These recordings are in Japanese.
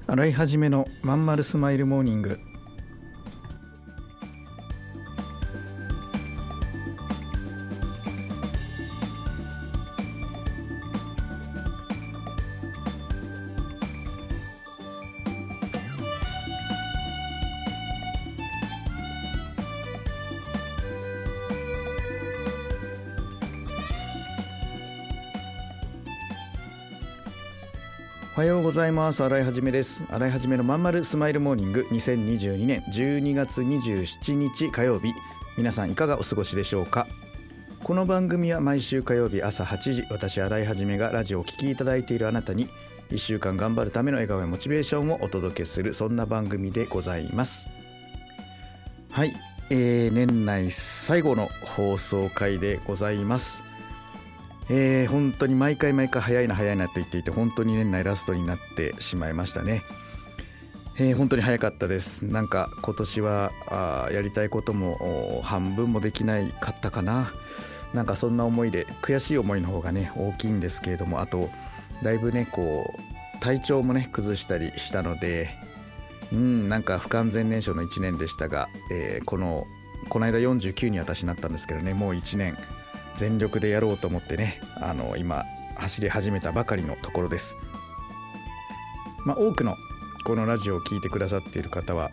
洗い始めのまんまるスマイルモーニング。おはようございます。洗いはじめです。洗いはじめのまんまるスマイルモーニング、2022年12月27日火曜日、皆さんいかがお過ごしでしょうか。この番組は毎週火曜日朝8時、私洗いはじめがラジオを聴きいただいているあなたに1週間頑張るための笑顔やモチベーションをお届けする、そんな番組でございます。はい、年内最後の放送回でございます。本当に毎回早いなと言っていて、本当に年内ラストになってしまいましたね。本当に早かったです。なんか今年はやりたいことも半分もできないかったかな。なんかそんな思いで、悔しい思いの方がね大きいんですけれども、あとだいぶね体調もね崩したりしたので、なんか不完全燃焼の1年でしたが、この間49に私なったんですけどね、もう1年全力でやろうと思ってね、今走り始めたばかりのところです。多くのこのラジオを聞いてくださっている方は、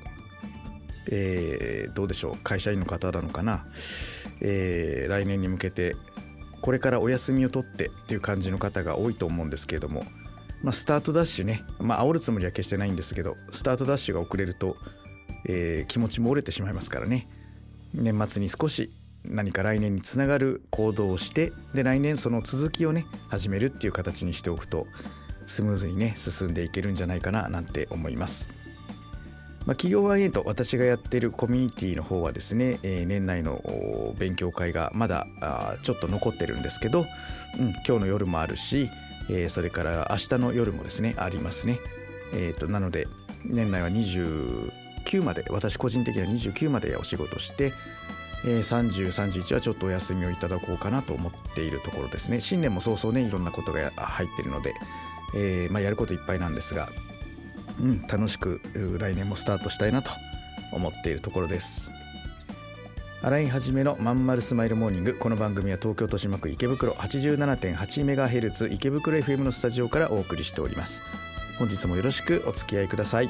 どうでしょう、会社員の方なのかな、来年に向けてこれからお休みを取ってっていう感じの方が多いと思うんですけれども、スタートダッシュね、煽るつもりは決してないんですけど、スタートダッシュが遅れると、気持ちも折れてしまいますからね。年末に少し何か来年につながる行動をして、で来年その続きをね始めるっていう形にしておくと、スムーズにね進んでいけるんじゃないかななんて思います。企業ワンエイト、私がやっているコミュニティの方はですね、年内の勉強会がまだちょっと残ってるんですけど、今日の夜もあるし、それから明日の夜もですねありますね。なので年内は29まで、私個人的には29までお仕事して、30、31はちょっとお休みをいただこうかなと思っているところですね。新年も早々ねいろんなことが入っているので、やることいっぱいなんですが、楽しく来年もスタートしたいなと思っているところです。洗いはじめのまんまるスマイルモーニング。この番組は東京豊島区池袋 87.8MHz 池袋 FM のスタジオからお送りしております。本日もよろしくお付き合いください。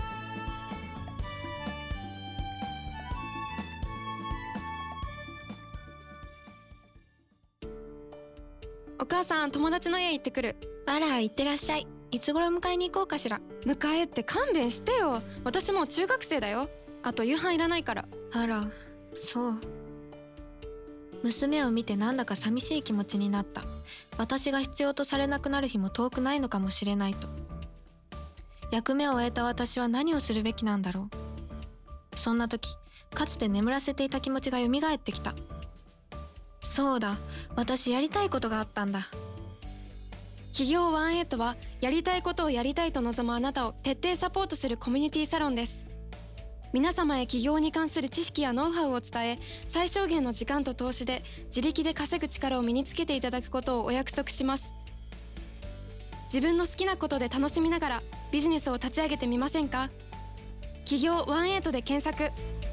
お母さん、友達の家行ってくる。 あら、行ってらっしゃい。いつ頃迎えに行こうかしら。 迎えって勘弁してよ。私もう中学生だよ。あと夕飯いらないから。 あら、そう。娘を見てなんだか寂しい気持ちになった。私が必要とされなくなる日も遠くないのかもしれないと。役目を終えた私は何をするべきなんだろう。そんな時、かつて眠らせていた気持ちが蘇ってきた。そうだ、私やりたいことがあったんだ。 企業ワンエイトは、やりたいことをやりたいと望むあなたを徹底サポートするコミュニティサロンです。皆様へ起業に関する知識やノウハウを伝え、最小限の時間と投資で自力で稼ぐ力を身につけていただくことをお約束します。自分の好きなことで楽しみながらビジネスを立ち上げてみませんか。企業ワンエイトで検索。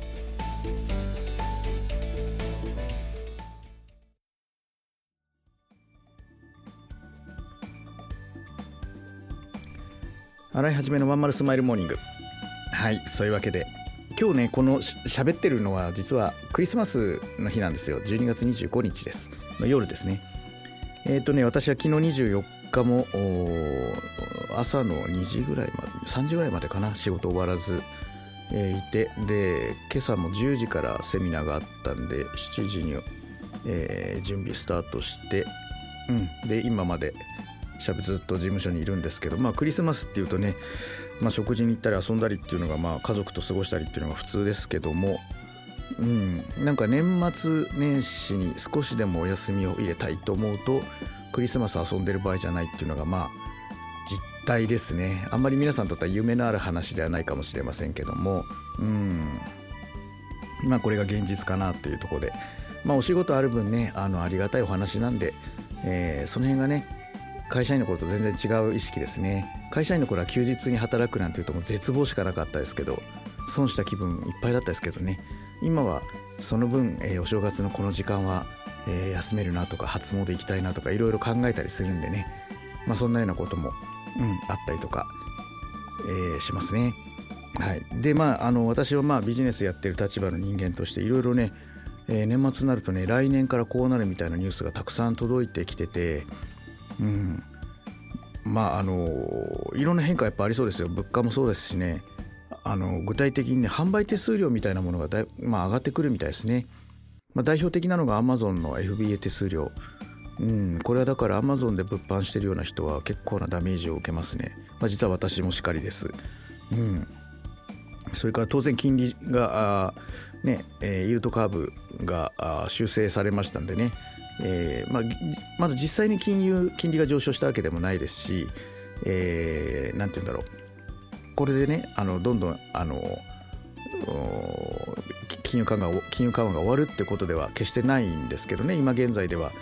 洗いはじめのまんまるスマイルモーニング。はい、そういうわけで今日ねこの喋ってるのは実はクリスマスの日なんですよ。12月25日ですの夜ですね。私は昨日24日も朝の2時ぐらいまで3時ぐらいまでかな、仕事終わらず、いて、で今朝も10時からセミナーがあったんで7時に、準備スタートして、で今までずっと事務所にいるんですけど、クリスマスっていうとね、食事に行ったり遊んだりっていうのが、家族と過ごしたりっていうのが普通ですけども、なんか年末年始に少しでもお休みを入れたいと思うと、クリスマス遊んでる場合じゃないっていうのが実態ですね。あんまり皆さんにとっては夢のある話ではないかもしれませんけども、これが現実かなというところで、お仕事ある分ねありがたいお話なんで、その辺がね会社員の頃と全然違う意識ですね。会社員の頃は休日に働くなんていうともう絶望しかなかったですけど、損した気分いっぱいだったですけどね。今はその分、お正月のこの時間は、休めるなとか初詣行きたいなとかいろいろ考えたりするんでね、そんなようなことも、あったりとか、しますね。はい、で私はビジネスやってる立場の人間としていろいろね、年末になるとね、来年からこうなるみたいなニュースがたくさん届いてきてて、いろんな変化やっぱありそうですよ。物価もそうですしね、具体的にね、販売手数料みたいなものが上がってくるみたいですね。代表的なのが Amazon の FBA 手数料。これはだから Amazon で物販してるような人は結構なダメージを受けますね。実は私もしかりです。それから当然金利がイールドカーブが修正されましたんでね、まだ実際に金利が上昇したわけでもないですし、なんて言うんだろう、これでねどんどん金融緩和が終わるってことでは決してないんですけどね。今現在では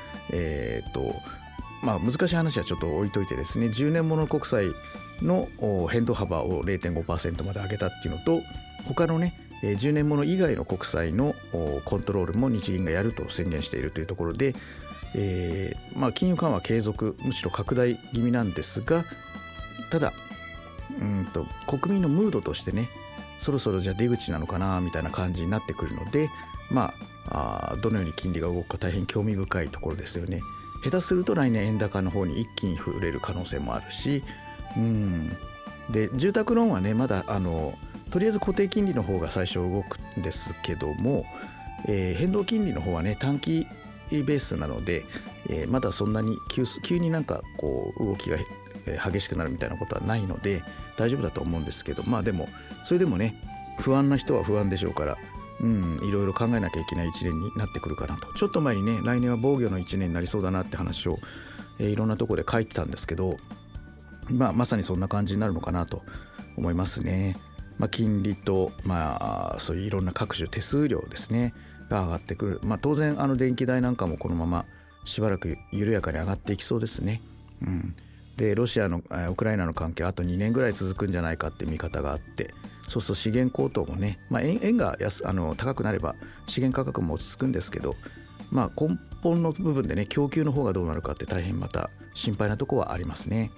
難しい話はちょっと置いといてですね、10年もの国債の変動幅を 0.5% まで上げたっていうのと、他のね10年もの以外の国債のコントロールも日銀がやると宣言しているというところで、金融緩和継続、むしろ拡大気味なんですが、ただ国民のムードとしてね、そろそろじゃあ出口なのかなみたいな感じになってくるので、どのように金利が動くか大変興味深いところですよね。下手すると来年円高の方に一気に触れる可能性もあるし、で住宅ローンはねまだとりあえず固定金利の方が最初動くんですけども、変動金利の方はね短期ベースなので、まだそんなに急になんかこう動きが激しくなるみたいなことはないので大丈夫だと思うんですけど、でもそれでもね不安な人は不安でしょうから、いろいろ考えなきゃいけない1年になってくるかなと。ちょっと前にね、来年は防御の1年になりそうだなって話を、いろんなところで書いてたんですけど、まさにそんな感じになるのかなと思いますね。金利と、そういういろんな各種手数料ですねが上がってくる。当然電気代なんかもこのまましばらく緩やかに上がっていきそうですね。でロシアのウクライナの関係あと2年ぐらい続くんじゃないかって見方があって、そうすると資源高騰もね、円が高くなれば資源価格も落ち着くんですけど、根本の部分でね供給の方がどうなるかって大変また心配なところはありますね。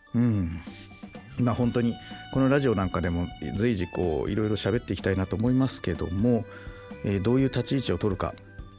本当にこのラジオなんかでも随時こういろいろ喋っていきたいなと思いますけども、どういう立ち位置を取るか。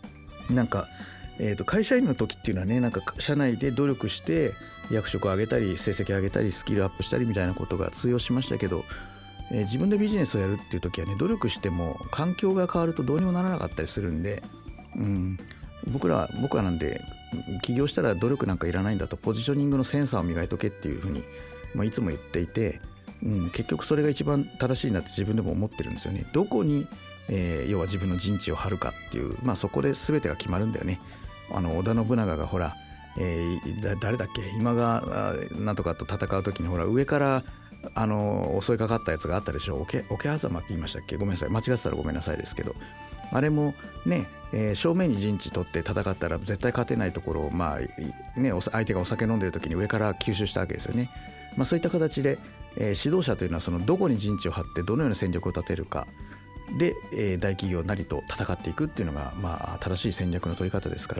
会社員の時っていうのはね、社内で努力して役職を上げたり成績を上げたりスキルアップしたりみたいなことが通用しましたけど、自分でビジネスをやるっていう時はね、努力しても環境が変わるとどうにもならなかったりするんで、僕はなんで起業したら努力なんかいらないんだと、ポジショニングのセンサーを磨いとけっていうふうに、いつも言っていて、結局それが一番正しいなって自分でも思ってるんですよね。どこに、要は自分の陣地を張るかっていう、そこで全てが決まるんだよね。織田信長がほら、誰だっけ、今川なんとかと戦う時にほら上から襲いかかったやつがあったでしょ。桶狭間って言いましたっけ、ごめんなさい、間違ってたらごめんなさいですけど、あれもね、正面に陣地取って戦ったら絶対勝てないところを、相手がお酒飲んでる時に上から吸収したわけですよね。そういった形で、指導者というのはそのどこに陣地を張ってどのような戦略を立てるかで、大企業なりと戦っていくっていうのが、正しい戦略の取り方ですから、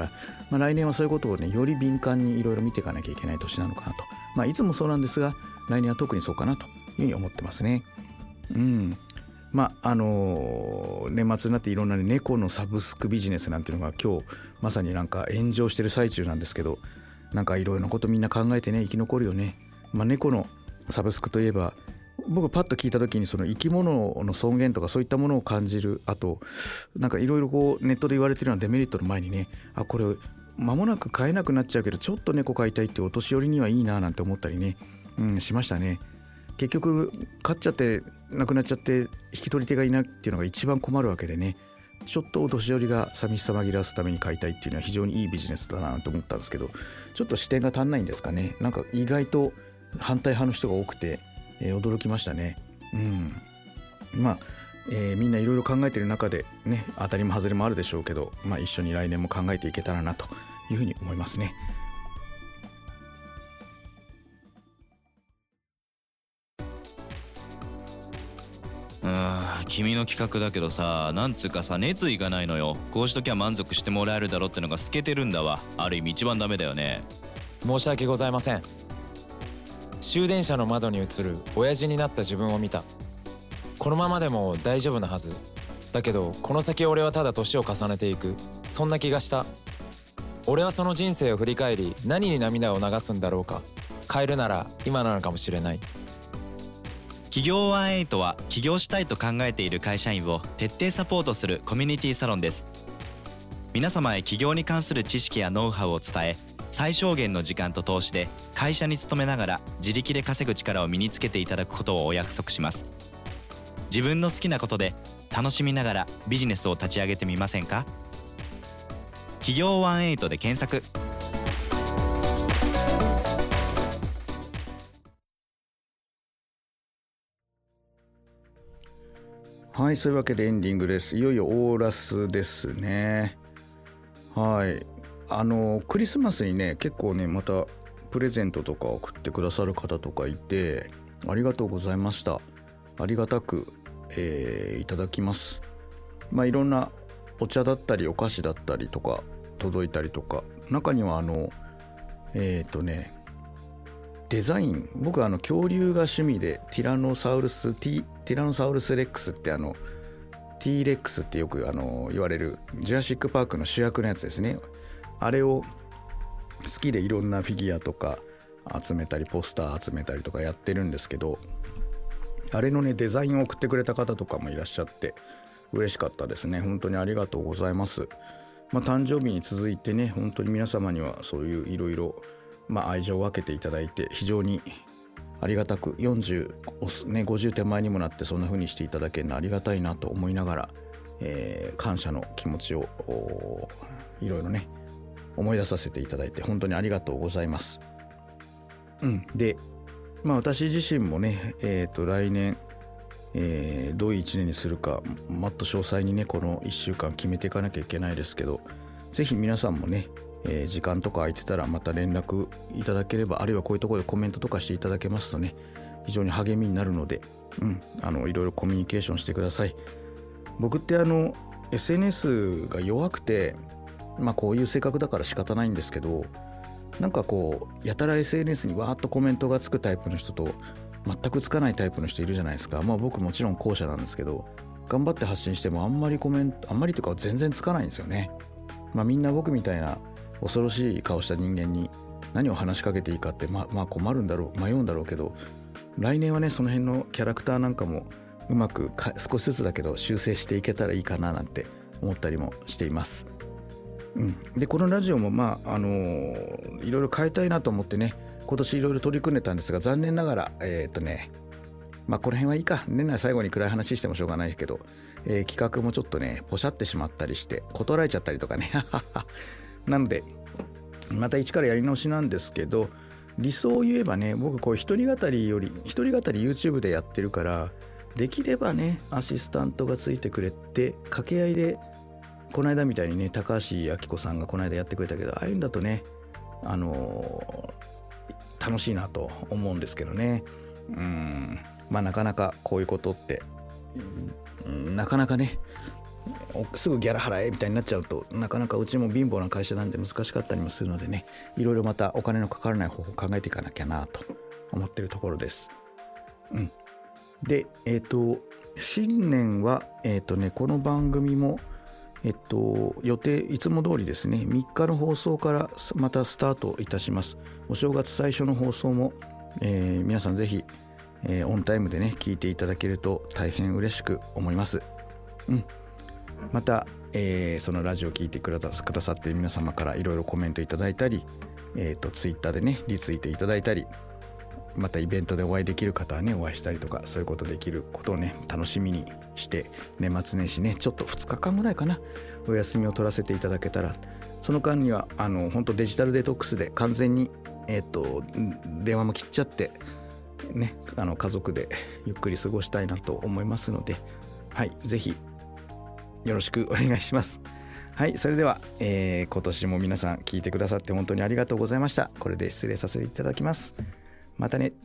来年はそういうことをねより敏感にいろいろ見ていかなきゃいけない年なのかなと、いつもそうなんですが来年は特にそうかなというふうに思ってますね。年末になっていろんな、猫のサブスクビジネスなんていうのが今日まさに炎上してる最中なんですけど、いろいろなことみんな考えてね生き残るよね。猫のサブスクといえば僕パッと聞いた時にその生き物の尊厳とかそういったものを感じる。あといろいろこうネットで言われてるようなデメリットの前にね、これ間もなく飼えなくなっちゃうけどちょっと猫飼いたいってお年寄りにはいいななんて思ったりね、しましたね。結局飼っちゃって亡くなっちゃって引き取り手がいないっていうのが一番困るわけでね、ちょっとお年寄りが寂しさ紛らわすために飼いたいっていうのは非常にいいビジネスだなと思ったんですけど、ちょっと視点が足んないんですかね。意外と反対派の人が多くて、驚きましたね。みんないろいろ考えている中でね、当たりも外れもあるでしょうけど、一緒に来年も考えていけたらなというふうに思いますね。 君の企画だけどさ、なんつうかさ、熱意がないのよ。こうしときゃ満足してもらえるだろってのが透けてるんだわ。ある意味一番ダメだよね。 申し訳ございません。終電車の窓に映る親父になった自分を見た。このままでも大丈夫なはずだけど、この先俺はただ年を重ねていく、そんな気がした。俺はその人生を振り返り、何に涙を流すんだろうか。変えるなら今なのかもしれない。 企業18は起業したいと考えている会社員を徹底サポートするコミュニティサロンです。皆様へ起業に関する知識やノウハウを伝え、最小限の時間と投資で会社に勤めながら自力で稼ぐ力を身につけていただくことをお約束します。自分の好きなことで楽しみながらビジネスを立ち上げてみませんか？企業18で検索。 はい、そういうわけでエンディングです。いよいよオーラスですね。はい、クリスマスにね、結構ね、またプレゼントとか送ってくださる方とかいて、ありがとうございました。ありがたく、いただきます。いろんなお茶だったりお菓子だったりとか届いたりとか、中にはデザイン、僕は恐竜が趣味で、ティラノサウルスレックスってT レックスってよく言われるジュラシックパークの主役のやつですね。あれを好きでいろんなフィギュアとか集めたり、ポスター集めたりとかやってるんですけど、あれのねデザインを送ってくれた方とかもいらっしゃって嬉しかったですね。本当にありがとうございます。誕生日に続いてね、本当に皆様にはそういういろいろ愛情を分けていただいて、非常にありがたく、50手前にもなってそんな風にしていただけるのありがたいなと思いながら、感謝の気持ちをいろいろね思い出させていただいて本当にありがとうございます。で、私自身もね、来年、どういう1年にするかもっと詳細にねこの1週間決めていかなきゃいけないですけど、ぜひ皆さんもね時間とか空いてたらまた連絡いただければ、あるいはこういうところでコメントとかしていただけますとね、非常に励みになるので、いろいろコミュニケーションしてください。僕ってSNS が弱くて、こういう性格だから仕方ないんですけど、なんかこうやたら SNS にわーっとコメントがつくタイプの人と全くつかないタイプの人いるじゃないですか。僕もちろん後者なんですけど、頑張って発信してもあんまりというか全然つかないんですよね。みんな僕みたいな恐ろしい顔した人間に何を話しかけていいかって迷うんだろうけど、来年はねその辺のキャラクターなんかもうまく少しずつだけど修正していけたらいいかななんて思ったりもしています。でこのラジオもいろいろ変えたいなと思ってね、今年いろいろ取り組んでたんですが、残念ながらこの辺はいいか、年内最後に暗い話してもしょうがないけど、企画もちょっとねポシャってしまったりして断られちゃったりとかねなのでまた一からやり直しなんですけど、理想を言えばね、僕こう一人語り YouTube でやってるから、できればねアシスタントがついてくれて掛け合いで、この間みたいにね高橋明子さんがこの間やってくれたけど、ああいうんだとね楽しいなと思うんですけどね。なかなかこういうことってなかなかねすぐギャラ払えみたいになっちゃうと、なかなかうちも貧乏な会社なんで難しかったりもするのでね、いろいろまたお金のかからない方法を考えていかなきゃなと思ってるところです。で新年はこの番組も予定いつも通りですね、3日の放送からまたスタートいたします。お正月最初の放送も、皆さんぜひ、オンタイムでね聞いていただけると大変嬉しく思います。また、そのラジオを聞いてくださっている皆様からいろいろコメントいただいたり、ツイッターでねリツイートいただいたり、またイベントでお会いできる方はねお会いしたりとか、そういうことできることをね楽しみにして、年末年始ねちょっと2日間ぐらいかなお休みを取らせていただけたら、その間には本当デジタルデトックスで完全に電話も切っちゃってね、家族でゆっくり過ごしたいなと思いますので、ぜひよろしくお願いします。それでは、今年も皆さん聞いてくださって本当にありがとうございました。これで失礼させていただきます。またね。